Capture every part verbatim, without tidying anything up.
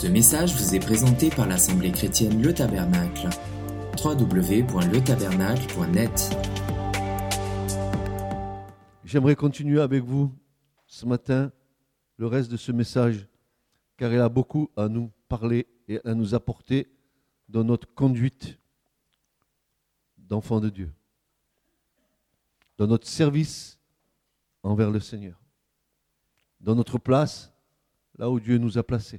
Ce message vous est présenté par l'Assemblée chrétienne Le Tabernacle. w w w point le tabernacle point net. J'aimerais continuer avec vous ce matin le reste de ce message, car il a beaucoup à nous parler et à nous apporter dans notre conduite d'enfants de Dieu, dans notre service envers le Seigneur, dans notre place, là où Dieu nous a placés.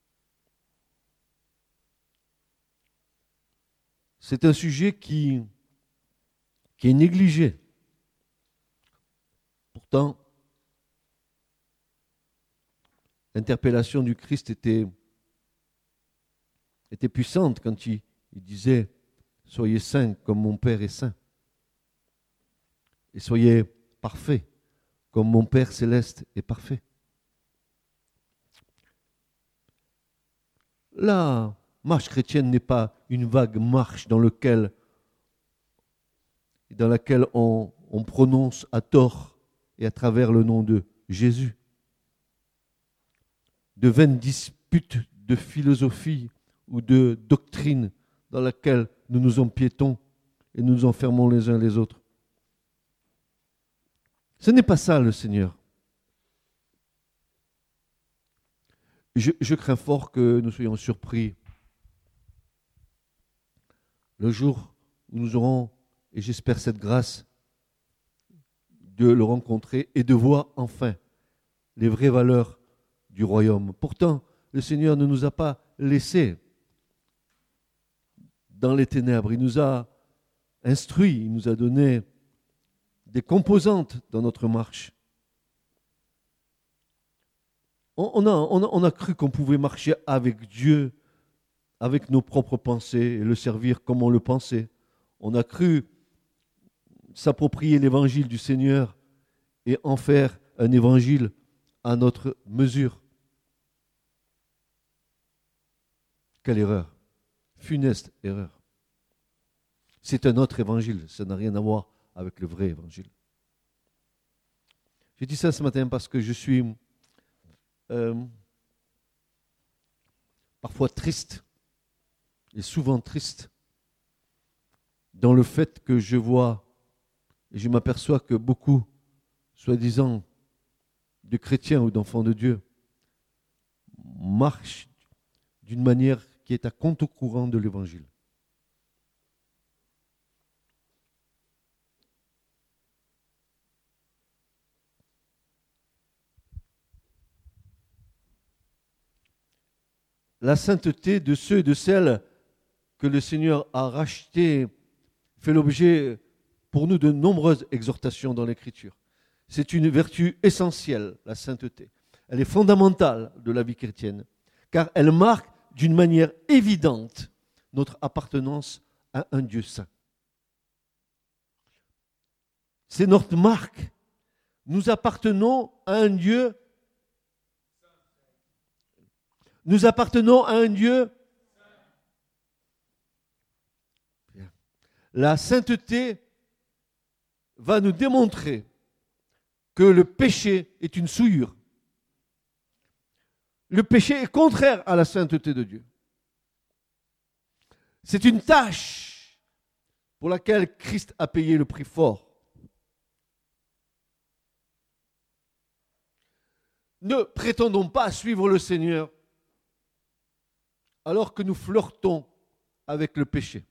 C'est un sujet qui, qui est négligé. Pourtant, l'interpellation du Christ était, était puissante quand il, il disait « Soyez saints comme mon Père est saint. Et soyez parfaits comme mon Père céleste est parfait. » La marche chrétienne n'est pas une vague marche dans, lequel, dans laquelle on, on prononce à tort et à travers le nom de Jésus. De vaines disputes de philosophie ou de doctrine dans laquelle nous nous empiétons et nous nous enfermons les uns les autres. Ce n'est pas ça le Seigneur. Je, je crains fort que nous soyons surpris le jour où nous aurons, et j'espère cette grâce, de le rencontrer et de voir enfin les vraies valeurs du royaume. Pourtant, le Seigneur ne nous a pas laissés dans les ténèbres. Il nous a instruits, il nous a donné des composantes dans notre marche. On, on, a, on, a, on a cru qu'on pouvait marcher avec Dieu, avec nos propres pensées et le servir comme on le pensait. On a cru s'approprier l'évangile du Seigneur et en faire un évangile à notre mesure. Quelle erreur, funeste erreur. C'est un autre évangile, ça n'a rien à voir avec le vrai évangile. J'ai dit ça ce matin parce que je suis euh, parfois triste, et souvent triste, dans le fait que je vois et je m'aperçois que beaucoup, soi-disant, de chrétiens ou d'enfants de Dieu, marchent d'une manière qui est à contre-courant de l'Évangile. La sainteté de ceux et de celles que le Seigneur a rachetés fait l'objet pour nous de nombreuses exhortations dans l'Écriture. C'est une vertu essentielle, la sainteté. Elle est fondamentale de la vie chrétienne, car elle marque d'une manière évidente notre appartenance à un Dieu saint. C'est notre marque. Nous appartenons à un Dieu. Nous appartenons à un Dieu. La sainteté va nous démontrer que le péché est une souillure. Le péché est contraire à la sainteté de Dieu. C'est une tâche pour laquelle Christ a payé le prix fort. Ne prétendons pas suivre le Seigneur alors que nous flirtons avec le péché.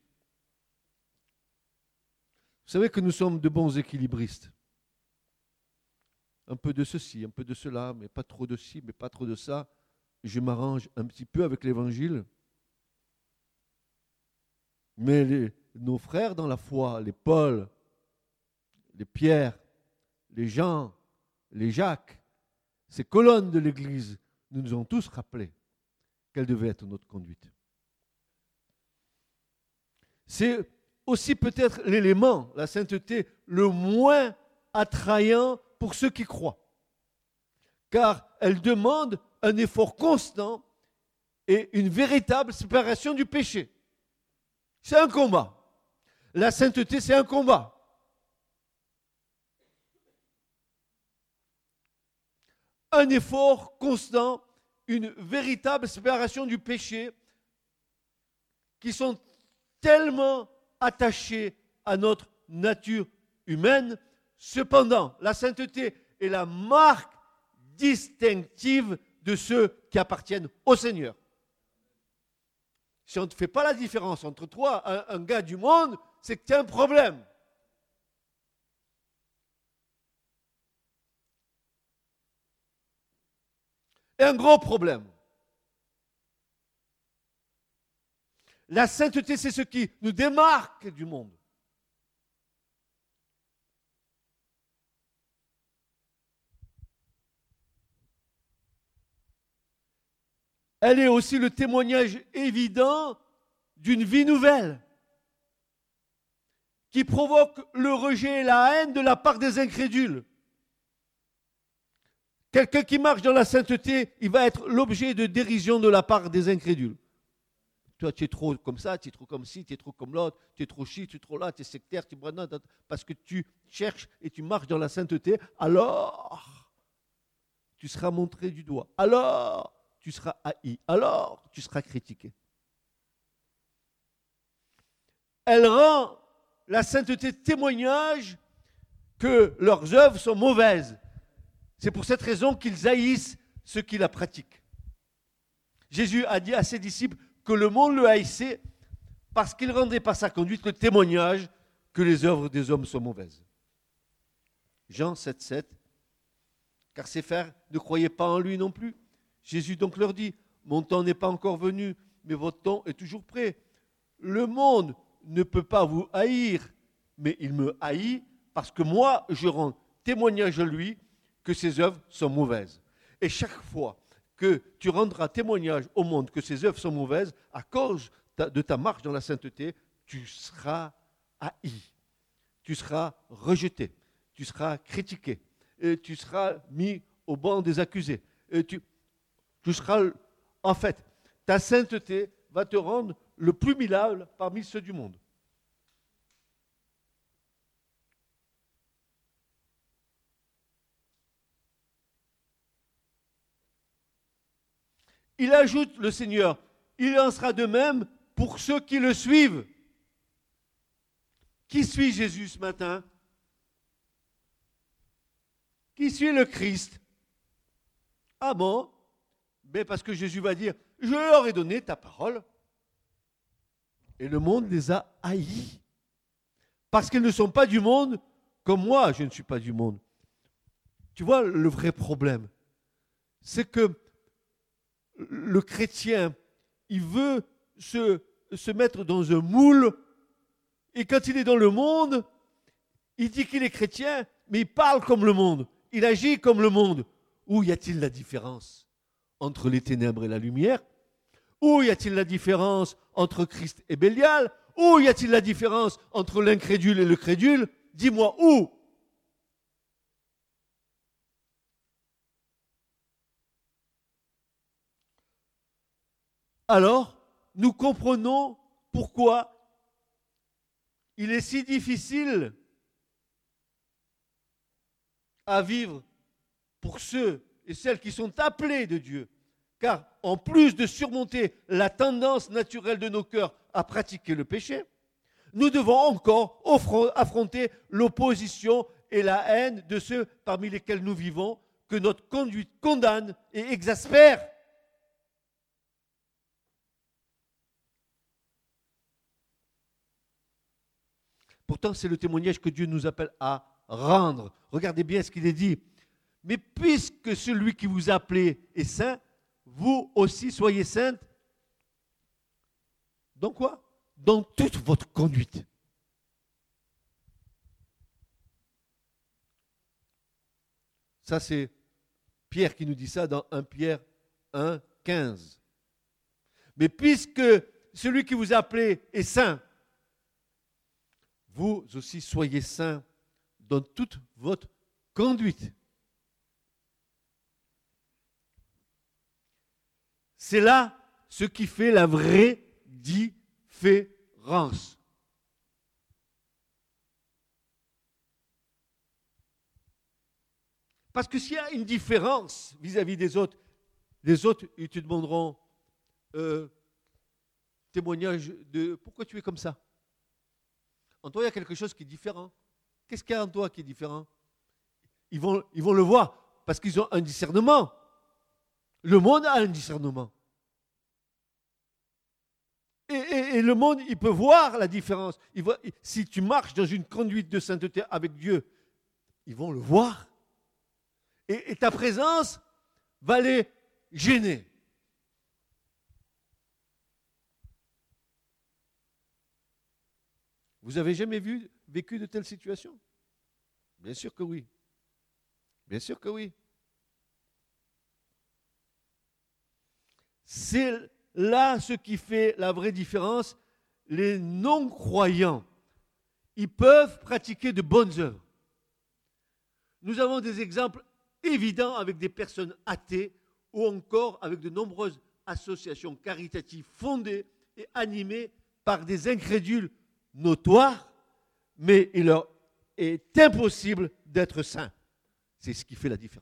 Vous savez que nous sommes de bons équilibristes. Un peu de ceci, un peu de cela, mais pas trop de ci, mais pas trop de ça. Je m'arrange un petit peu avec l'Évangile. Mais les, nos frères dans la foi, les Paul, les Pierre, les Jean, les Jacques, ces colonnes de l'Église, nous nous ont tous rappelé quelle devait être notre conduite. C'est aussi peut-être l'élément, la sainteté, le moins attrayant pour ceux qui croient. Car elle demande un effort constant et une véritable séparation du péché. C'est un combat. La sainteté, c'est un combat. Un effort constant une véritable séparation du péché, qui sont tellement attachés à notre nature humaine. Cependant, la sainteté est la marque distinctive de ceux qui appartiennent au Seigneur. Si on ne fait pas la différence entre toi et un, un gars du monde, c'est que tu as un problème. Et un gros problème. La sainteté, c'est ce qui nous démarque du monde. Elle est aussi le témoignage évident d'une vie nouvelle qui provoque le rejet et la haine de la part des incrédules. Quelqu'un qui marche dans la sainteté, il va être l'objet de dérision de la part des incrédules. Toi, tu es trop comme ça, tu es trop comme ci, tu es trop comme l'autre, tu es trop chi, tu es trop là, tu es sectaire, tu es... parce que tu cherches et tu marches dans la sainteté, alors tu seras montré du doigt. Alors tu seras haï. Alors tu seras critiqué. Elle rend la sainteté témoignage que leurs œuvres sont mauvaises. C'est pour cette raison qu'ils haïssent ceux qui la pratiquent. Jésus a dit à ses disciples que le monde le haïssait parce qu'il rendait par sa conduite le témoignage que les œuvres des hommes sont mauvaises. Jean sept, sept. Car ses frères ne croyaient pas en lui non plus. Jésus donc leur dit, mon temps n'est pas encore venu, mais votre temps est toujours prêt. Le monde ne peut pas vous haïr, mais il me haït parce que moi, je rends témoignage à lui que ses œuvres sont mauvaises. Et chaque fois que tu rendras témoignage au monde que ses œuvres sont mauvaises, à cause de ta marche dans la sainteté, tu seras haï, tu seras rejeté, tu seras critiqué, et tu seras mis au banc des accusés. Et tu, tu seras, en fait, ta sainteté va te rendre le plus minable parmi ceux du monde. Il ajoute, le Seigneur, il en sera de même pour ceux qui le suivent. Qui suit Jésus ce matin? Qui suit le Christ? Ah bon? Ben parce que Jésus va dire, je leur ai donné ta parole. Et le monde les a haïs. Parce qu'ils ne sont pas du monde, comme moi, je ne suis pas du monde. Tu vois, le vrai problème, c'est que le chrétien, il veut se, se mettre dans un moule, et quand il est dans le monde, il dit qu'il est chrétien, mais il parle comme le monde, il agit comme le monde. Où y a-t-il la différence entre les ténèbres et la lumière? Où y a-t-il la différence entre Christ et Bélial? Où y a-t-il la différence entre l'incrédule et le crédule? Dis-moi où? Alors, nous comprenons pourquoi il est si difficile à vivre pour ceux et celles qui sont appelés de Dieu. Car en plus de surmonter la tendance naturelle de nos cœurs à pratiquer le péché, nous devons encore affronter l'opposition et la haine de ceux parmi lesquels nous vivons, que notre conduite condamne et exaspère. Pourtant, c'est le témoignage que Dieu nous appelle à rendre. Regardez bien ce qu'il est dit. Mais puisque celui qui vous a appelé est saint, vous aussi soyez saintes. Dans quoi? Dans toute votre conduite. Ça, c'est Pierre qui nous dit ça dans premier Pierre un, quinze. Mais puisque celui qui vous a appelé est saint, vous aussi soyez saints dans toute votre conduite. C'est là ce qui fait la vraie différence. Parce que s'il y a une différence vis-à-vis des autres, Les autres, ils te demanderont euh, témoignage de pourquoi tu es comme ça. En toi, il y a quelque chose qui est différent. Qu'est-ce qu'il y a en toi qui est différent? Ils vont, ils vont le voir parce qu'ils ont un discernement. Le monde a un discernement. Et, et, et le monde, il peut voir la différence. Il voit, si tu marches dans une conduite de sainteté avec Dieu, ils vont le voir. Et, et ta présence va les gêner. Vous avez jamais vu, vécu de telles situations? Bien sûr que oui. Bien sûr que oui. C'est là ce qui fait la vraie différence. Les non-croyants, ils peuvent pratiquer de bonnes œuvres. Nous avons des exemples évidents avec des personnes athées ou encore avec de nombreuses associations caritatives fondées et animées par des incrédules notoires, mais il leur est impossible d'être saints. C'est ce qui fait la différence.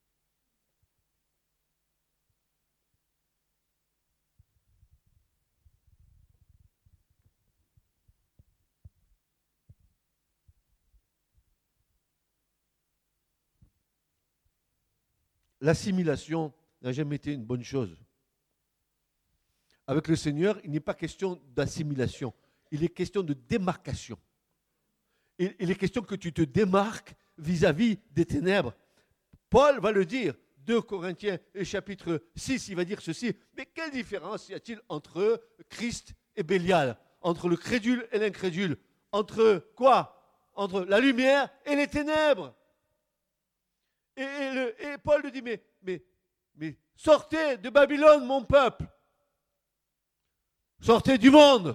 L'assimilation n'a jamais été une bonne chose. Avec le Seigneur, il n'est pas question d'assimilation, il est question de démarcation. Il, il est question que tu te démarques vis-à-vis des ténèbres. Paul va le dire, deux Corinthiens chapitre six, il va dire ceci, mais quelle différence y a-t-il entre Christ et Bélial, entre le crédule et l'incrédule, entre quoi? Entre la lumière et les ténèbres. Et, et, le, et Paul lui dit, mais, mais, mais sortez de Babylone, mon peuple. Sortez du monde.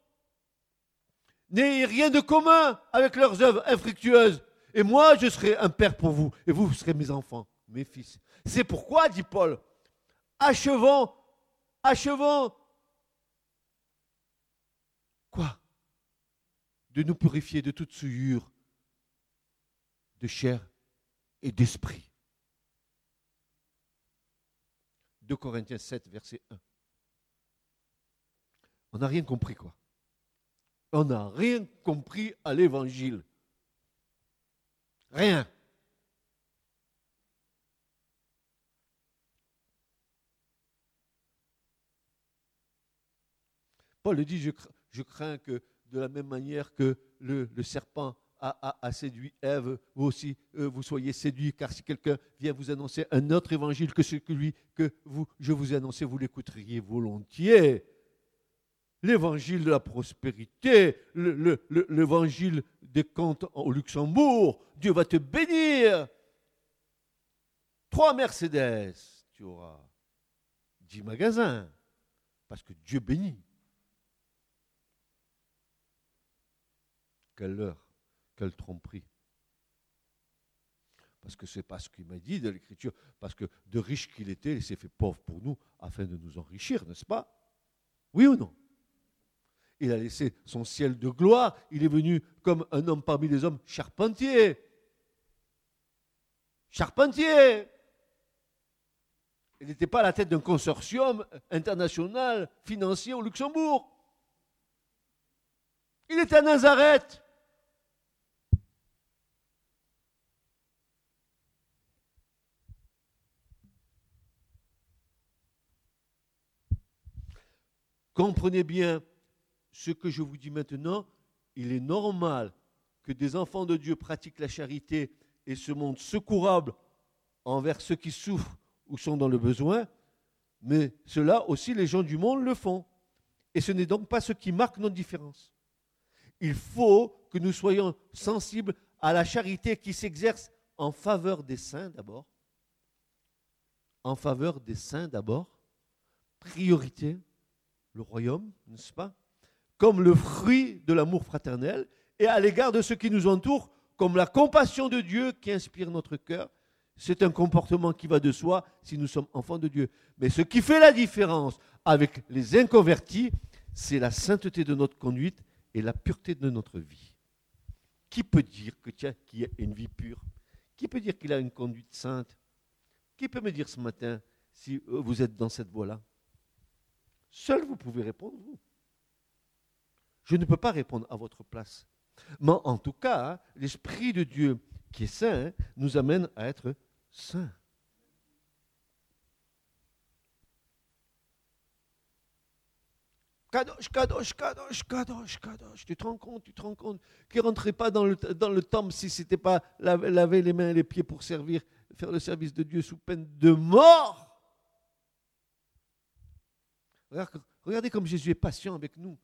N'ayez rien de commun avec leurs œuvres infructueuses. Et moi, je serai un père pour vous. Et vous, vous serez mes enfants, mes fils. C'est pourquoi, dit Paul, achevons, achevons. Quoi? De nous purifier de toute souillure de chair et d'esprit. deux Corinthiens sept, verset un. On n'a rien compris, quoi. On n'a rien compris à l'évangile. Rien. Paul dit, je, cra- je crains que de la même manière que le, le serpent a, a, a séduit Ève, vous aussi, euh, vous soyez séduits, car si quelqu'un vient vous annoncer un autre évangile que celui que vous, je vous ai annoncé, vous l'écouteriez volontiers. L'évangile de la prospérité, le, le, le, l'évangile des comptes au Luxembourg, Dieu va te bénir. Trois Mercedes, tu auras dix magasins, parce que Dieu bénit. Quelle heure, quelle tromperie. Parce que c'est pas ce qu'il m'a dit de l'Écriture, parce que de riche qu'il était, il s'est fait pauvre pour nous, afin de nous enrichir, n'est-ce pas? Oui ou non? Il a laissé son ciel de gloire, il est venu comme un homme parmi les hommes, charpentier. Charpentier. Il n'était pas à la tête d'un consortium international financier au Luxembourg. Il était à Nazareth. Comprenez bien ce que je vous dis maintenant, il est normal que des enfants de Dieu pratiquent la charité et se montrent secourables envers ceux qui souffrent ou sont dans le besoin, mais cela aussi les gens du monde le font. Et ce n'est donc pas ce qui marque notre différence. Il faut que nous soyons sensibles à la charité qui s'exerce en faveur des saints d'abord. En faveur des saints d'abord. Priorité, le royaume, n'est-ce pas? Comme le fruit de l'amour fraternel, et à l'égard de ceux qui nous entourent, comme la compassion de Dieu qui inspire notre cœur. C'est un comportement qui va de soi si nous sommes enfants de Dieu. Mais ce qui fait la différence avec les inconvertis, c'est la sainteté de notre conduite et la pureté de notre vie. Qui peut dire que tu as, qu'il a une vie pure? Qui peut dire qu'il a une conduite sainte? Qui peut me dire ce matin si vous êtes dans cette voie-là. Seul vous pouvez répondre, vous. Je ne peux pas répondre à votre place. Mais en tout cas, hein, l'Esprit de Dieu qui est saint hein, nous amène à être saints. Kadosh, Kadosh, Kadosh, Kadosh, Kadosh. Tu te rends compte, tu te rends compte qu'ils ne rentraient pas dans le, dans le temple si ce n'était pas laver, laver les mains et les pieds pour servir, faire le service de Dieu sous peine de mort. Regardez, regardez comme Jésus est patient avec nous.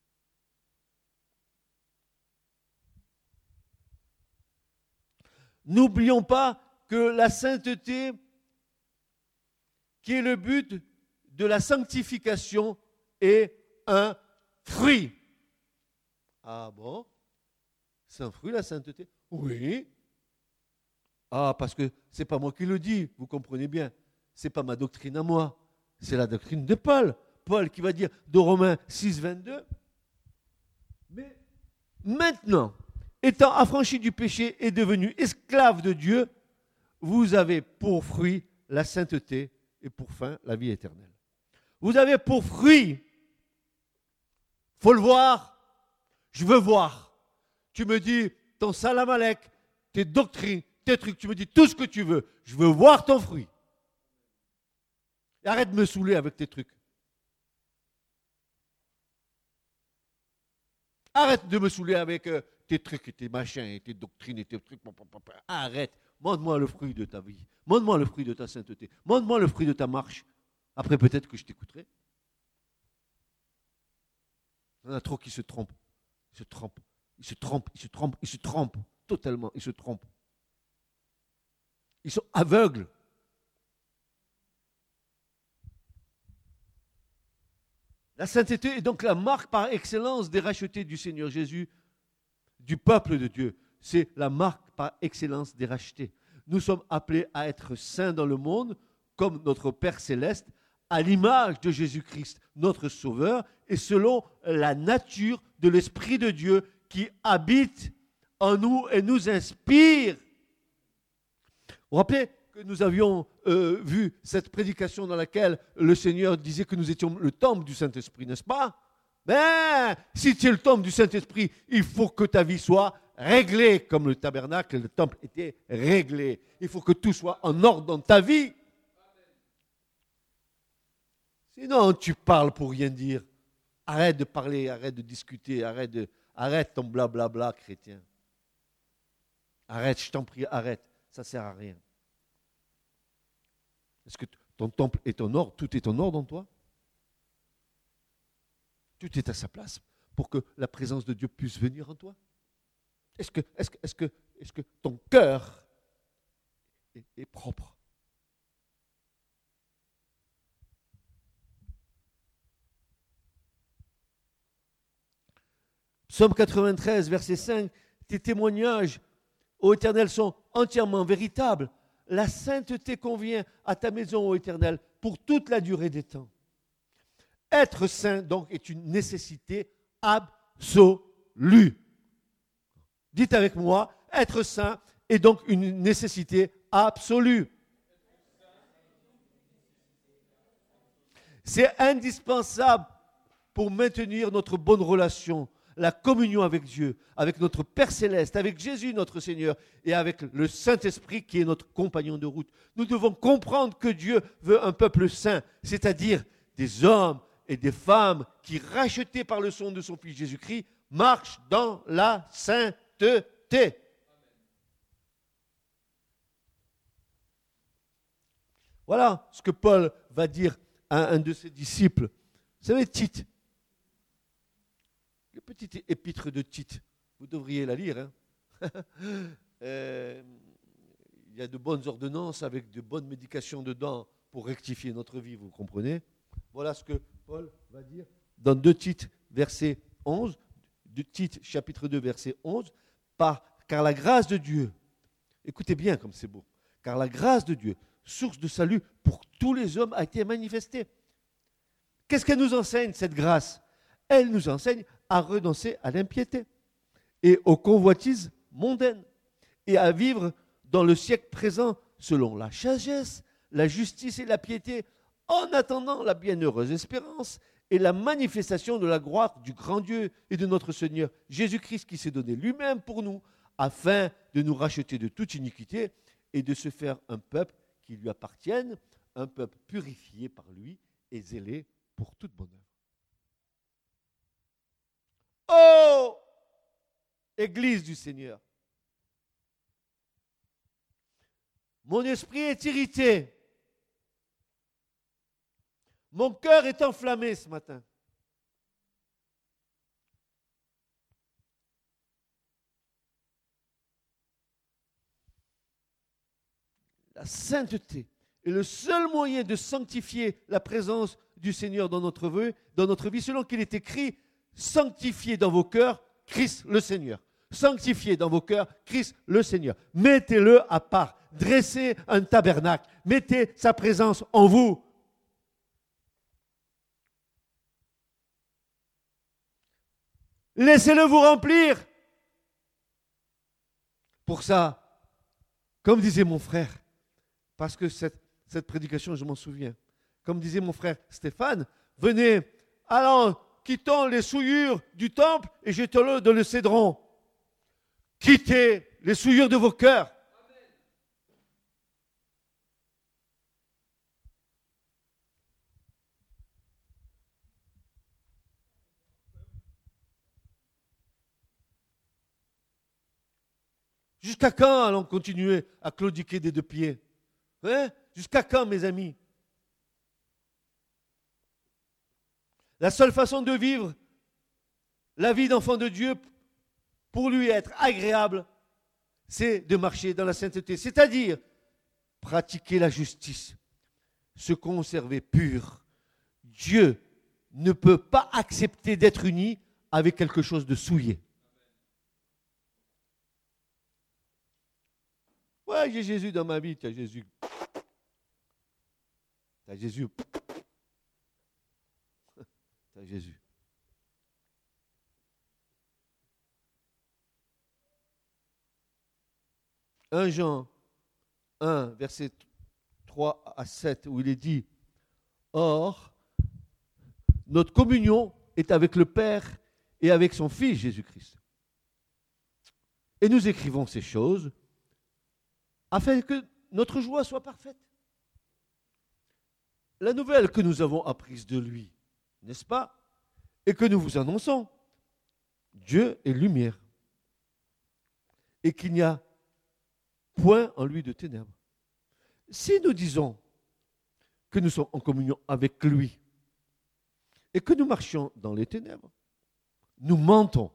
N'oublions pas que la sainteté, qui est le but de la sanctification, est un fruit. Ah bon? C'est un fruit la sainteté? Oui. Ah, parce que ce n'est pas moi qui le dis, vous comprenez bien. Ce n'est pas ma doctrine à moi. C'est la doctrine de Paul. Paul qui va dire de Romains six, vingt-deux. Mais maintenant, étant affranchi du péché et devenu esclave de Dieu, vous avez pour fruit la sainteté et pour fin la vie éternelle. Vous avez pour fruit, faut le voir, je veux voir. Tu me dis ton salam alek, tes doctrines, tes trucs, tu me dis tout ce que tu veux, je veux voir ton fruit. Et arrête de me saouler avec tes trucs. Arrête de me saouler avec euh, tes trucs et tes machins et tes doctrines et tes trucs. Arrête. Montre-moi le fruit de ta vie. Montre-moi le fruit de ta sainteté. Montre-moi le fruit de ta marche. Après, peut-être que je t'écouterai. Il y en a trop qui se trompent. Ils se trompent. Ils se trompent. Ils se trompent. Ils se trompent. Totalement. Ils se trompent. Ils sont aveugles. La sainteté est donc la marque par excellence des rachetés du Seigneur Jésus, du peuple de Dieu. C'est la marque par excellence des rachetés. Nous sommes appelés à être saints dans le monde, comme notre Père Céleste, à l'image de Jésus-Christ, notre Sauveur, et selon la nature de l'Esprit de Dieu qui habite en nous et nous inspire. Vous vous rappelez que nous avions euh, vu cette prédication dans laquelle le Seigneur disait que nous étions le temple du Saint-Esprit, n'est-ce pas? Ben, si tu es le temple du Saint-Esprit, il faut que ta vie soit réglée, comme le tabernacle, le temple était réglé. Il faut que tout soit en ordre dans ta vie. Sinon, tu parles pour rien dire. Arrête de parler, arrête de discuter, arrête, de, arrête ton blablabla chrétien. Arrête, je t'en prie, arrête. Ça ne sert à rien. Est-ce que ton temple est en ordre? Tout est en ordre en toi? Tout est à sa place pour que la présence de Dieu puisse venir en toi? Est-ce que, est-ce que, est-ce que, est-ce que ton cœur est, est propre? Psaume quatre-vingt-treize, verset cinq, tes témoignages, ô Éternel, sont entièrement véritables. La sainteté convient à ta maison, ô Éternel, pour toute la durée des temps. Être saint, donc, est une nécessité absolue. Dites avec moi, être saint est donc une nécessité absolue. C'est indispensable pour maintenir notre bonne relation, la communion avec Dieu, avec notre Père Céleste, avec Jésus notre Seigneur et avec le Saint-Esprit qui est notre compagnon de route. Nous devons comprendre que Dieu veut un peuple saint, c'est-à-dire des hommes et des femmes qui, rachetés par le sang de son Fils Jésus-Christ, marchent dans la sainteté. Voilà ce que Paul va dire à un de ses disciples. Vous savez, Tite, le petit épître de Tite, vous devriez la lire. Hein. euh, il y a de bonnes ordonnances avec de bonnes médications dedans pour rectifier notre vie, vous comprenez? Voilà ce que Paul va dire dans deux Tite, verset onze, deux Tite, chapitre deux, verset onze, par, car la grâce de Dieu, écoutez bien comme c'est beau, car la grâce de Dieu, source de salut pour tous les hommes, a été manifestée. Qu'est-ce qu'elle nous enseigne, cette grâce? Elle nous enseigne à renoncer à l'impiété et aux convoitises mondaines et à vivre dans le siècle présent selon la sagesse, la justice et la piété, en attendant la bienheureuse espérance et la manifestation de la gloire du grand Dieu et de notre Seigneur Jésus-Christ qui s'est donné lui-même pour nous, afin de nous racheter de toute iniquité et de se faire un peuple qui lui appartienne, un peuple purifié par lui et zélé pour toute bonne œuvre. Oh, Église du Seigneur, mon esprit est irrité. Mon cœur est enflammé ce matin. La sainteté est le seul moyen de sanctifier la présence du Seigneur dans notre vie, dans notre vie, selon qu'il est écrit, sanctifiez dans vos cœurs Christ le Seigneur. Sanctifiez dans vos cœurs Christ le Seigneur. Mettez-le à part. Dressez un tabernacle. Mettez sa présence en vous. Laissez-le vous remplir. Pour ça, comme disait mon frère, parce que cette, cette prédication, je m'en souviens, comme disait mon frère Stéphane, venez, allons, quittons les souillures du temple et jetons-le dans le cédron. Quittez les souillures de vos cœurs. Jusqu'à quand allons continuer à claudiquer des deux pieds? Hein? Jusqu'à quand, mes amis? La seule façon de vivre la vie d'enfant de Dieu, pour lui être agréable, c'est de marcher dans la sainteté, c'est-à-dire pratiquer la justice, se conserver pur. Dieu ne peut pas accepter d'être uni avec quelque chose de souillé. Ouais, j'ai Jésus dans ma vie, tu as Jésus. Tu as Jésus. Tu as Jésus. premier Jean un, verset trois à sept, où il est dit, or, notre communion est avec le Père et avec son Fils Jésus-Christ. Et nous écrivons ces choses afin que notre joie soit parfaite. La nouvelle que nous avons apprise de lui, n'est-ce pas, et que nous vous annonçons, Dieu est lumière, et qu'il n'y a point en lui de ténèbres. Si nous disons que nous sommes en communion avec lui, et que nous marchions dans les ténèbres, nous mentons,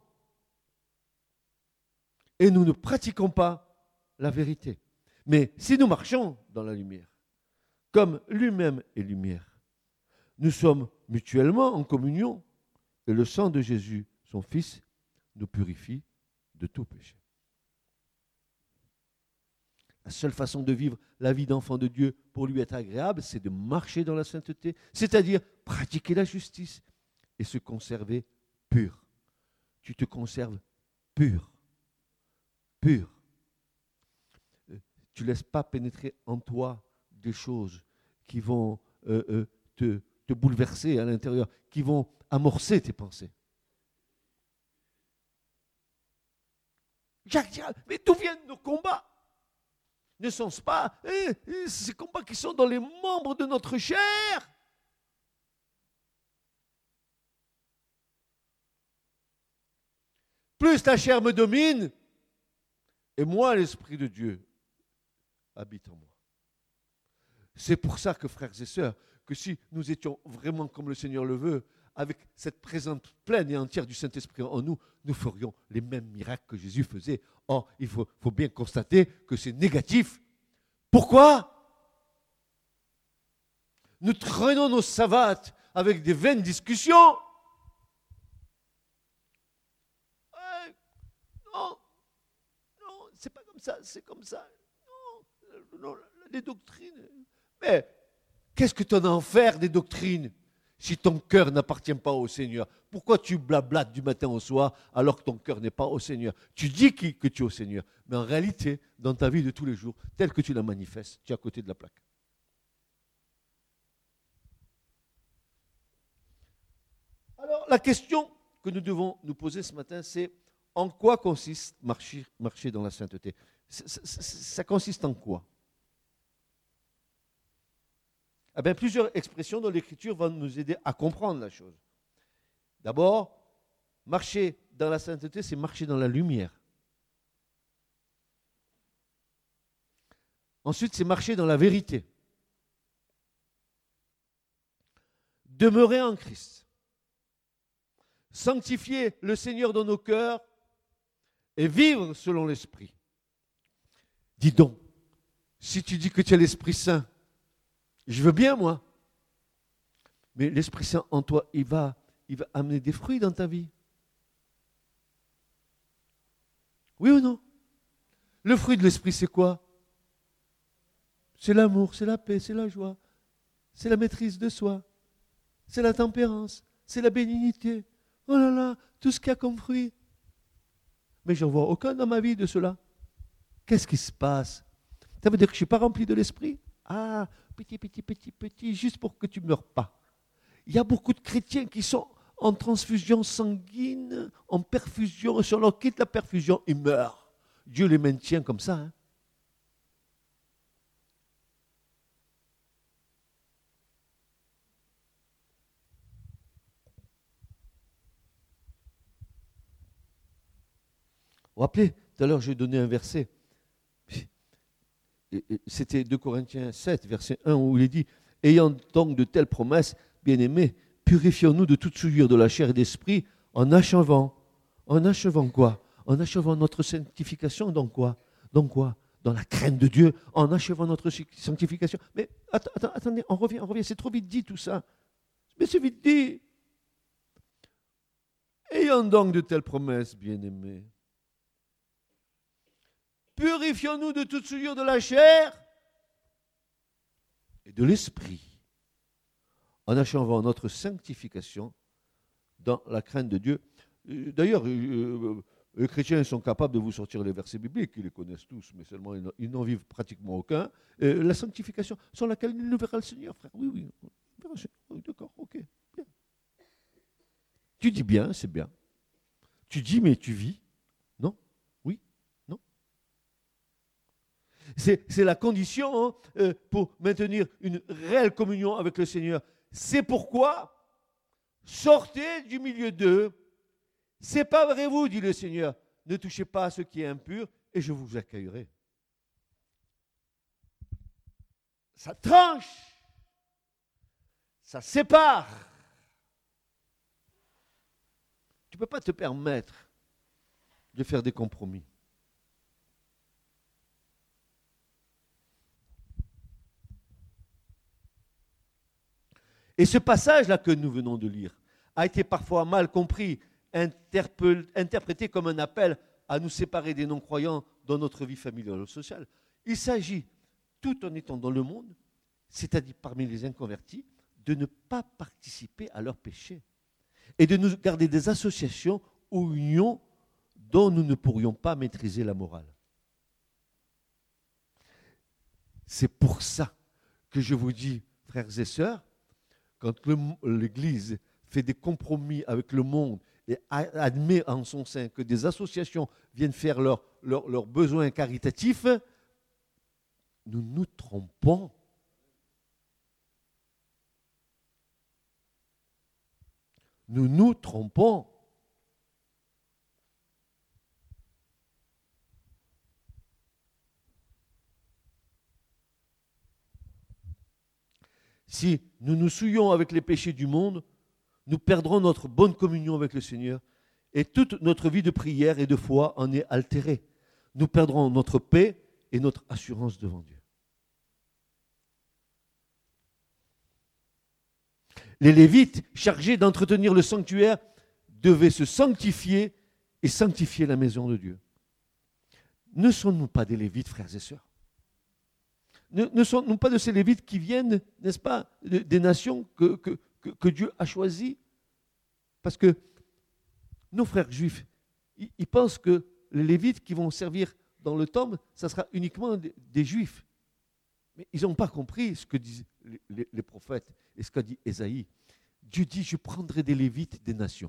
et nous ne pratiquons pas la vérité. Mais si nous marchons dans la lumière, comme lui-même est lumière, nous sommes mutuellement en communion et le sang de Jésus, son Fils, nous purifie de tout péché. La seule façon de vivre la vie d'enfant de Dieu pour lui être agréable, c'est de marcher dans la sainteté, c'est-à-dire pratiquer la justice et se conserver pur. Tu te conserves pur, pur. Tu ne laisses pas pénétrer en toi des choses qui vont euh, euh, te, te bouleverser à l'intérieur, qui vont amorcer tes pensées. Jacques dira, mais d'où viennent nos combats? Ne sont-ce pas eh, eh, ces combats qui sont dans les membres de notre chair? Plus ta chair me domine, et moi, l'Esprit de Dieu habite en moi. C'est pour ça que, frères et sœurs, que si nous étions vraiment comme le Seigneur le veut, avec cette présence pleine et entière du Saint-Esprit en nous, nous ferions les mêmes miracles que Jésus faisait. Or, il faut, faut bien constater que c'est négatif. Pourquoi? Nous traînons nos savates avec des vaines discussions. Euh, non, non, c'est pas comme ça, c'est comme ça. Non, non, les doctrines. Mais qu'est-ce que tu en as à faire des doctrines si ton cœur n'appartient pas au Seigneur? Pourquoi tu blablates du matin au soir alors que ton cœur n'est pas au Seigneur? Tu dis que tu es au Seigneur, mais en réalité, dans ta vie de tous les jours, telle que tu la manifestes, tu es à côté de la plaque. la question que nous devons nous poser ce matin, c'est en quoi consiste marcher, marcher dans la sainteté? Ça, ça, ça consiste en quoi? Eh bien, plusieurs expressions dans l'Écriture vont nous aider à comprendre la chose. D'abord, marcher dans la sainteté, c'est marcher dans la lumière. Ensuite, c'est marcher dans la vérité. Demeurer en Christ. Sanctifier le Seigneur dans nos cœurs et vivre selon l'Esprit. Dis donc, si tu dis que tu as l'Esprit Saint, je veux bien, moi. Mais l'Esprit Saint en toi, il va, il va amener des fruits dans ta vie. Oui ou non? Le fruit de l'Esprit, c'est quoi? C'est l'amour, c'est la paix, c'est la joie, c'est la maîtrise de soi, c'est la tempérance, c'est la bénignité. Oh là là, tout ce qu'il y a comme fruit. Mais je n'en vois aucun dans ma vie de cela. Qu'est-ce qui se passe? Ça veut dire que je ne suis pas rempli de l'Esprit? Ah, petit, petit, petit, petit, juste pour que tu ne meurs pas. Il y a beaucoup de chrétiens qui sont en transfusion sanguine, en perfusion, et si on leur quitte la perfusion, ils meurent. Dieu les maintient comme ça. Hein. Vous vous rappelez, tout à l'heure, j'ai donné un verset. C'était deux Corinthiens sept, verset un, où il est dit « Ayant donc de telles promesses, bien-aimés, purifions-nous de toute souillure de la chair et d'esprit en achevant. » En achevant quoi? En achevant notre sanctification dans quoi? Dans quoi? Dans la crainte de Dieu, en achevant notre sanctification. Mais att- att- attendez, on revient, on revient, c'est trop vite dit tout ça. Mais c'est vite dit. Ayant donc de telles promesses, bien-aimés, purifions-nous de toute souillure de la chair et de l'esprit, en achevant notre sanctification dans la crainte de Dieu. D'ailleurs, les chrétiens sont capables de vous sortir les versets bibliques, ils les connaissent tous, mais seulement ils n'en vivent pratiquement aucun. Et la sanctification, sans laquelle il ne verra le Seigneur, frère. Oui, oui, oui, d'accord, ok, bien. Tu dis bien, c'est bien. Tu dis, mais tu vis. Non? Oui? Non? C'est, c'est la condition hein, euh, pour maintenir une réelle communion avec le Seigneur. C'est pourquoi sortez du milieu d'eux, séparez-vous, dit le Seigneur, ne touchez pas à ce qui est impur et je vous accueillerai. Ça tranche, ça sépare. Tu ne peux pas te permettre de faire des compromis. Et ce passage-là que nous venons de lire a été parfois mal compris, interprété comme un appel à nous séparer des non-croyants dans notre vie familiale ou sociale. Il s'agit, tout en étant dans le monde, c'est-à-dire parmi les inconvertis, de ne pas participer à leurs péchés et de nous garder des associations ou unions dont nous ne pourrions pas maîtriser la morale. C'est pour ça que je vous dis, frères et sœurs, quand le, l'Église fait des compromis avec le monde et admet en son sein que des associations viennent faire leurs leur, leur besoins caritatifs, nous nous trompons. Nous nous trompons. Si nous nous souillons avec les péchés du monde, nous perdrons notre bonne communion avec le Seigneur et toute notre vie de prière et de foi en est altérée. Nous perdrons notre paix et notre assurance devant Dieu. Les Lévites, chargés d'entretenir le sanctuaire, devaient se sanctifier et sanctifier la maison de Dieu. Ne sommes-nous pas des Lévites, frères et sœurs? Ne, ne sommes-nous pas de ces Lévites qui viennent, n'est-ce pas, de, des nations que, que, que, que Dieu a choisies? Parce que nos frères juifs, ils, ils pensent que les Lévites qui vont servir dans le temple, ça sera uniquement des, des Juifs. Mais ils n'ont pas compris ce que disent les, les, les prophètes et ce qu'a dit Ésaïe. Dieu dit, je prendrai des Lévites des nations.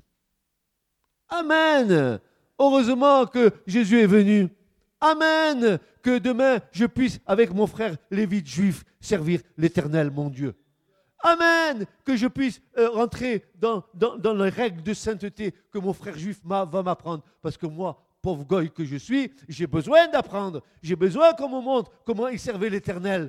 Amen. Heureusement que Jésus est venu. Amen. Que demain, je puisse, avec mon frère Lévite juif, servir l'Éternel, mon Dieu. Amen. Que je puisse euh, rentrer dans, dans, dans les règles de sainteté que mon frère juif m'a, va m'apprendre. Parce que moi, pauvre goy que je suis, j'ai besoin d'apprendre. J'ai besoin qu'on me montre comment il servait l'Éternel.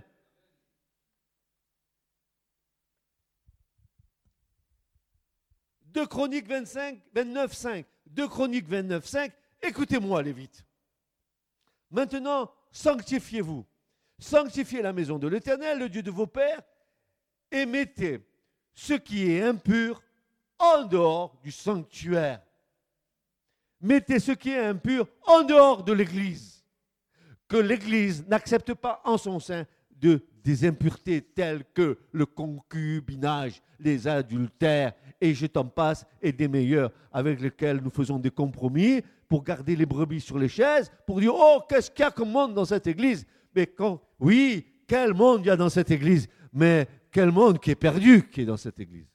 deux Chroniques vingt-cinq, vingt-neuf, cinq. deux Chroniques vingt-neuf, cinq. Écoutez-moi, Lévites. Maintenant, sanctifiez-vous. Sanctifiez la maison de l'Éternel, le Dieu de vos pères, et mettez ce qui est impur en dehors du sanctuaire. Mettez ce qui est impur en dehors de l'Église. Que l'Église n'accepte pas en son sein de, des impuretés telles que le concubinage, les adultères, et je t'en passe, et des meilleurs avec lesquels nous faisons des compromis pour garder les brebis sur les chaises, pour dire, oh, qu'est-ce qu'il y a comme monde dans cette Église? Mais quand, oui, quel monde il y a dans cette Église, mais quel monde qui est perdu qui est dans cette Église.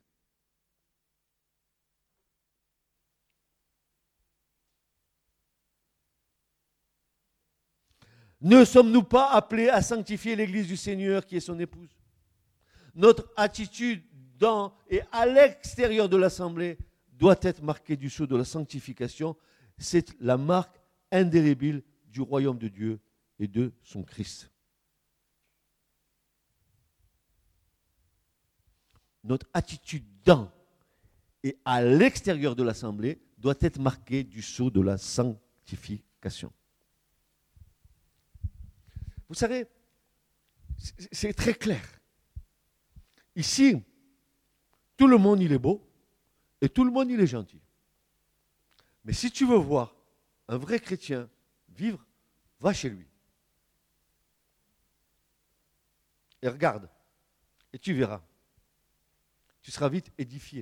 Ne sommes-nous pas appelés à sanctifier l'Église du Seigneur qui est son épouse? Notre attitude dans et à l'extérieur de l'Assemblée doit être marquée du sceau de la sanctification. C'est la marque indélébile du royaume de Dieu et de son Christ. Notre attitude dans et à l'extérieur de l'Assemblée doit être marquée du sceau de la sanctification. Vous savez, c'est très clair. Ici, tout le monde il est beau et tout le monde il est gentil. Mais si tu veux voir un vrai chrétien vivre, va chez lui. Et regarde, et tu verras. Tu seras vite édifié.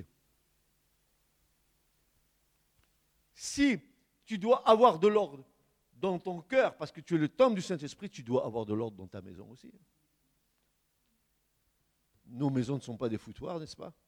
Si tu dois avoir de l'ordre dans ton cœur, parce que tu es le temple du Saint-Esprit, tu dois avoir de l'ordre dans ta maison aussi. Nos maisons ne sont pas des foutoirs, n'est-ce pas?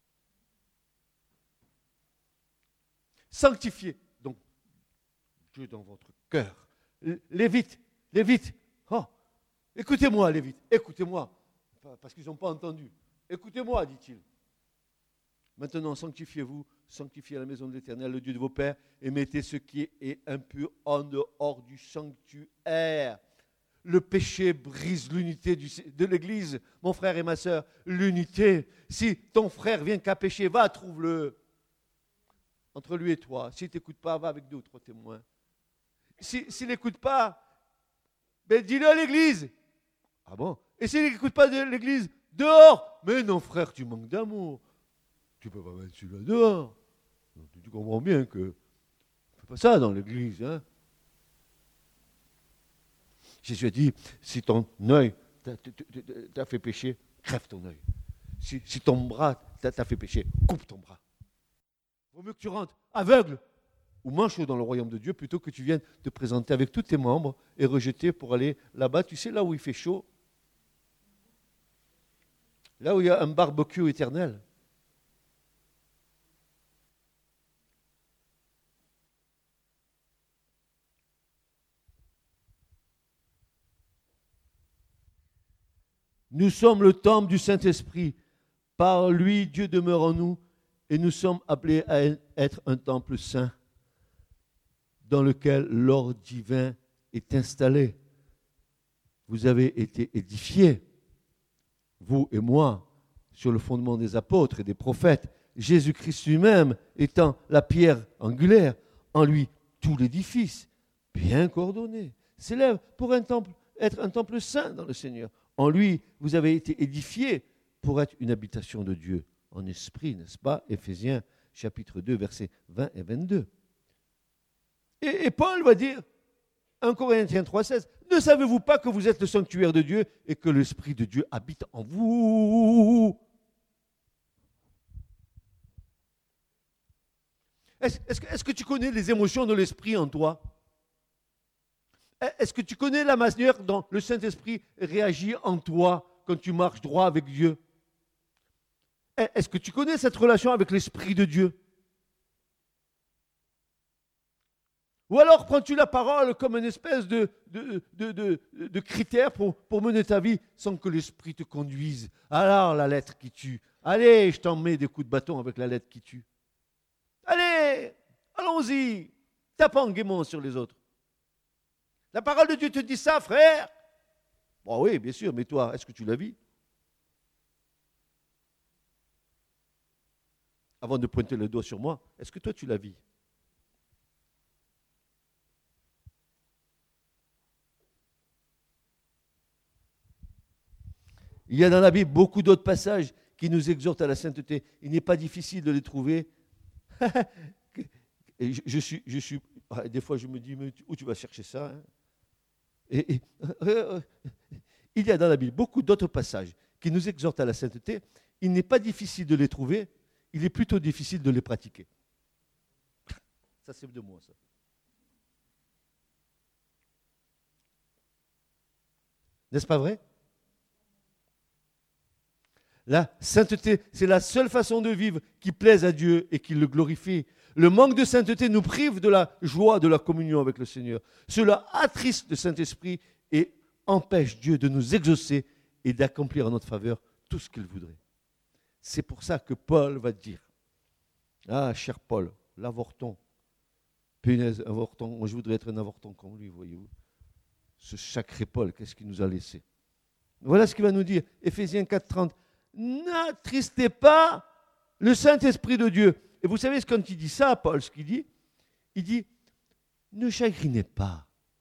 Sanctifiez donc Dieu dans votre cœur. Lévites, Lévites, oh, écoutez-moi, Lévites, écoutez-moi, parce qu'ils n'ont pas entendu. Écoutez-moi, dit-il. Maintenant, sanctifiez-vous, sanctifiez la maison de l'Éternel, le Dieu de vos pères, et mettez ce qui est impur en dehors du sanctuaire. Le péché brise l'unité du, de l'Église, mon frère et ma sœur, l'unité. Si ton frère vient qu'à pécher, va, trouve-le. Entre lui et toi. S'il ne t'écoute pas, va avec deux ou trois témoins. Si, s'il n'écoute pas, ben dis-le à l'Église. Ah bon? Et s'il n'écoute pas de l'Église, dehors. Mais non, frère, tu manques d'amour. Tu ne peux pas mettre celui-là dehors. Tu comprends bien que ne fais pas ça dans l'Église. Hein? Jésus a dit, si ton œil t'a, t'a, t'a fait pécher, crève ton œil. Si, si ton bras t'a, t'a fait pécher, coupe ton bras. Il vaut mieux que tu rentres aveugle ou manchot dans le royaume de Dieu plutôt que tu viennes te présenter avec tous tes membres et rejeter pour aller là-bas. Tu sais, là où il fait chaud, là où il y a un barbecue éternel. Nous sommes le temple du Saint-Esprit. Par lui, Dieu demeure en nous et nous sommes appelés à être un temple saint dans lequel l'ordre divin est installé. Vous avez été édifiés, vous et moi, sur le fondement des apôtres et des prophètes, Jésus-Christ lui-même étant la pierre angulaire, en lui tout l'édifice, bien coordonné, s'élève pour un temple, être un temple saint dans le Seigneur. En lui, vous avez été édifiés pour être une habitation de Dieu en esprit, n'est-ce pas? Éphésiens chapitre deux, versets vingt et vingt-deux. Et, et Paul va dire, un Corinthiens trois, seize, ne savez-vous pas que vous êtes le sanctuaire de Dieu et que l'Esprit de Dieu habite en vous? Est-ce, est-ce, que, est-ce que tu connais les émotions de l'Esprit en toi? Est-ce que tu connais la manière dont le Saint-Esprit réagit en toi quand tu marches droit avec Dieu? Est-ce que tu connais cette relation avec l'Esprit de Dieu? Ou alors prends-tu la parole comme une espèce de, de, de, de, de critère pour, pour mener ta vie sans que l'Esprit te conduise? Alors la lettre qui tue. Allez, je t'en mets des coups de bâton avec la lettre qui tue. Allez, allons-y. Tapant gaiement sur les autres. La parole de Dieu te dit ça, frère. Bon oui, bien sûr, mais toi, est-ce que tu la vis? Avant de pointer le doigt sur moi, est-ce que toi tu la vis? Il y a dans la Bible beaucoup d'autres passages qui nous exhortent à la sainteté. Il n'est pas difficile de les trouver. Et je, je suis, je suis, des fois je me dis, mais où tu vas chercher ça, hein? et, et, euh, il y a dans la Bible beaucoup d'autres passages qui nous exhortent à la sainteté. Il n'est pas difficile de les trouver, il est plutôt difficile de les pratiquer. Ça c'est de moi ça. N'est-ce pas vrai? La sainteté, c'est la seule façon de vivre qui plaise à Dieu et qui le glorifie. Le manque de sainteté nous prive de la joie de la communion avec le Seigneur. Cela attriste le Saint-Esprit et empêche Dieu de nous exaucer et d'accomplir en notre faveur tout ce qu'il voudrait. C'est pour ça que Paul va dire, ah, cher Paul, l'avorton, punaise, avorton, moi je voudrais être un avorton comme lui, voyez-vous. Ce sacré Paul, qu'est-ce qu'il nous a laissé? Voilà ce qu'il va nous dire, Éphésiens quatre trente. N'attristez pas le Saint-Esprit de Dieu. Et vous savez, quand il dit ça, Paul, ce qu'il dit, il dit, ne chagrinez pas,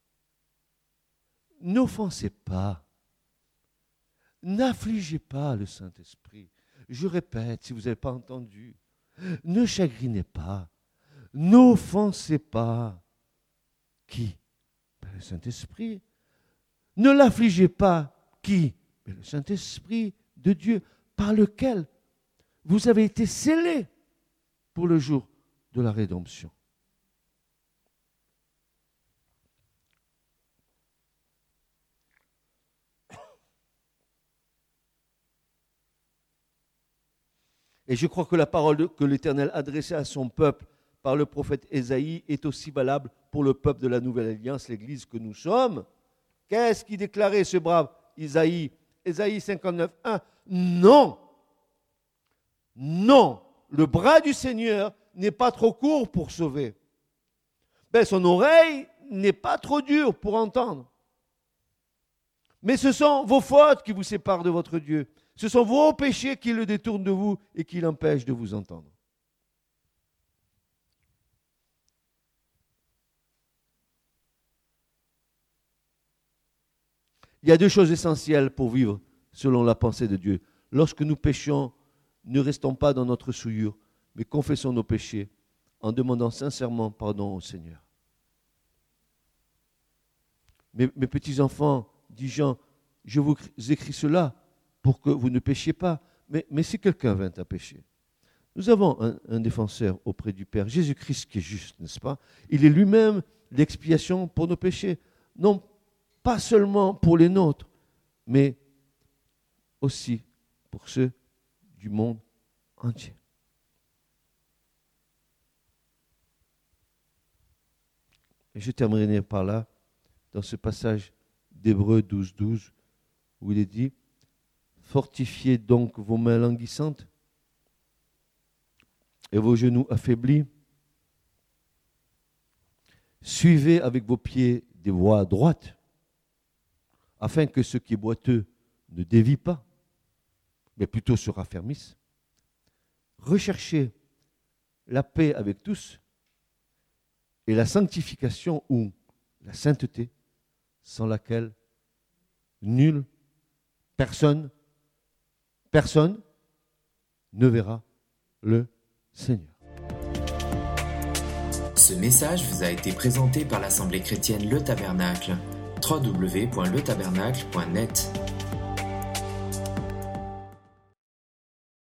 n'offensez pas, n'affligez pas le Saint-Esprit. Je répète, si vous n'avez pas entendu, ne chagrinez pas, n'offensez pas. Qui? Ben, le Saint-Esprit. Ne l'affligez pas. Qui? Ben, le Saint-Esprit de Dieu, par lequel vous avez été scellés pour le jour de la rédemption. Et je crois que la parole que l'Éternel adressait à son peuple par le prophète Ésaïe est aussi valable pour le peuple de la Nouvelle Alliance, l'Église que nous sommes. Qu'est-ce qu'il déclarait ce brave Ésaïe? Ésaïe cinquante-neuf, un. Non, non, le bras du Seigneur n'est pas trop court pour sauver. Ben, son oreille n'est pas trop dure pour entendre. Mais ce sont vos fautes qui vous séparent de votre Dieu. Ce sont vos péchés qui le détournent de vous et qui l'empêchent de vous entendre. Il y a deux choses essentielles pour vivre selon la pensée de Dieu. Lorsque nous péchons, ne restons pas dans notre souillure, mais confessons nos péchés en demandant sincèrement pardon au Seigneur. Mes, mes petits-enfants, dit Jean, je vous écris cela pour que vous ne péchiez pas. Mais, mais si quelqu'un vint à pécher, nous avons un, un défenseur auprès du Père, Jésus-Christ qui est juste, n'est-ce pas? Il est lui-même l'expiation pour nos péchés. Non pas seulement pour les nôtres, mais aussi pour ceux du monde entier. Et je terminerai par là, dans ce passage d'Hébreux douze, douze, où il est dit, fortifiez donc vos mains languissantes et vos genoux affaiblis. Suivez avec vos pieds des voies droites, afin que ce qui est boiteux ne dévie pas, mais plutôt se raffermisse. Recherchez la paix avec tous et la sanctification ou la sainteté, sans laquelle nul, personne, personne ne verra le Seigneur. Ce message vous a été présenté par l'Assemblée chrétienne Le Tabernacle. w w w point le tabernacle point net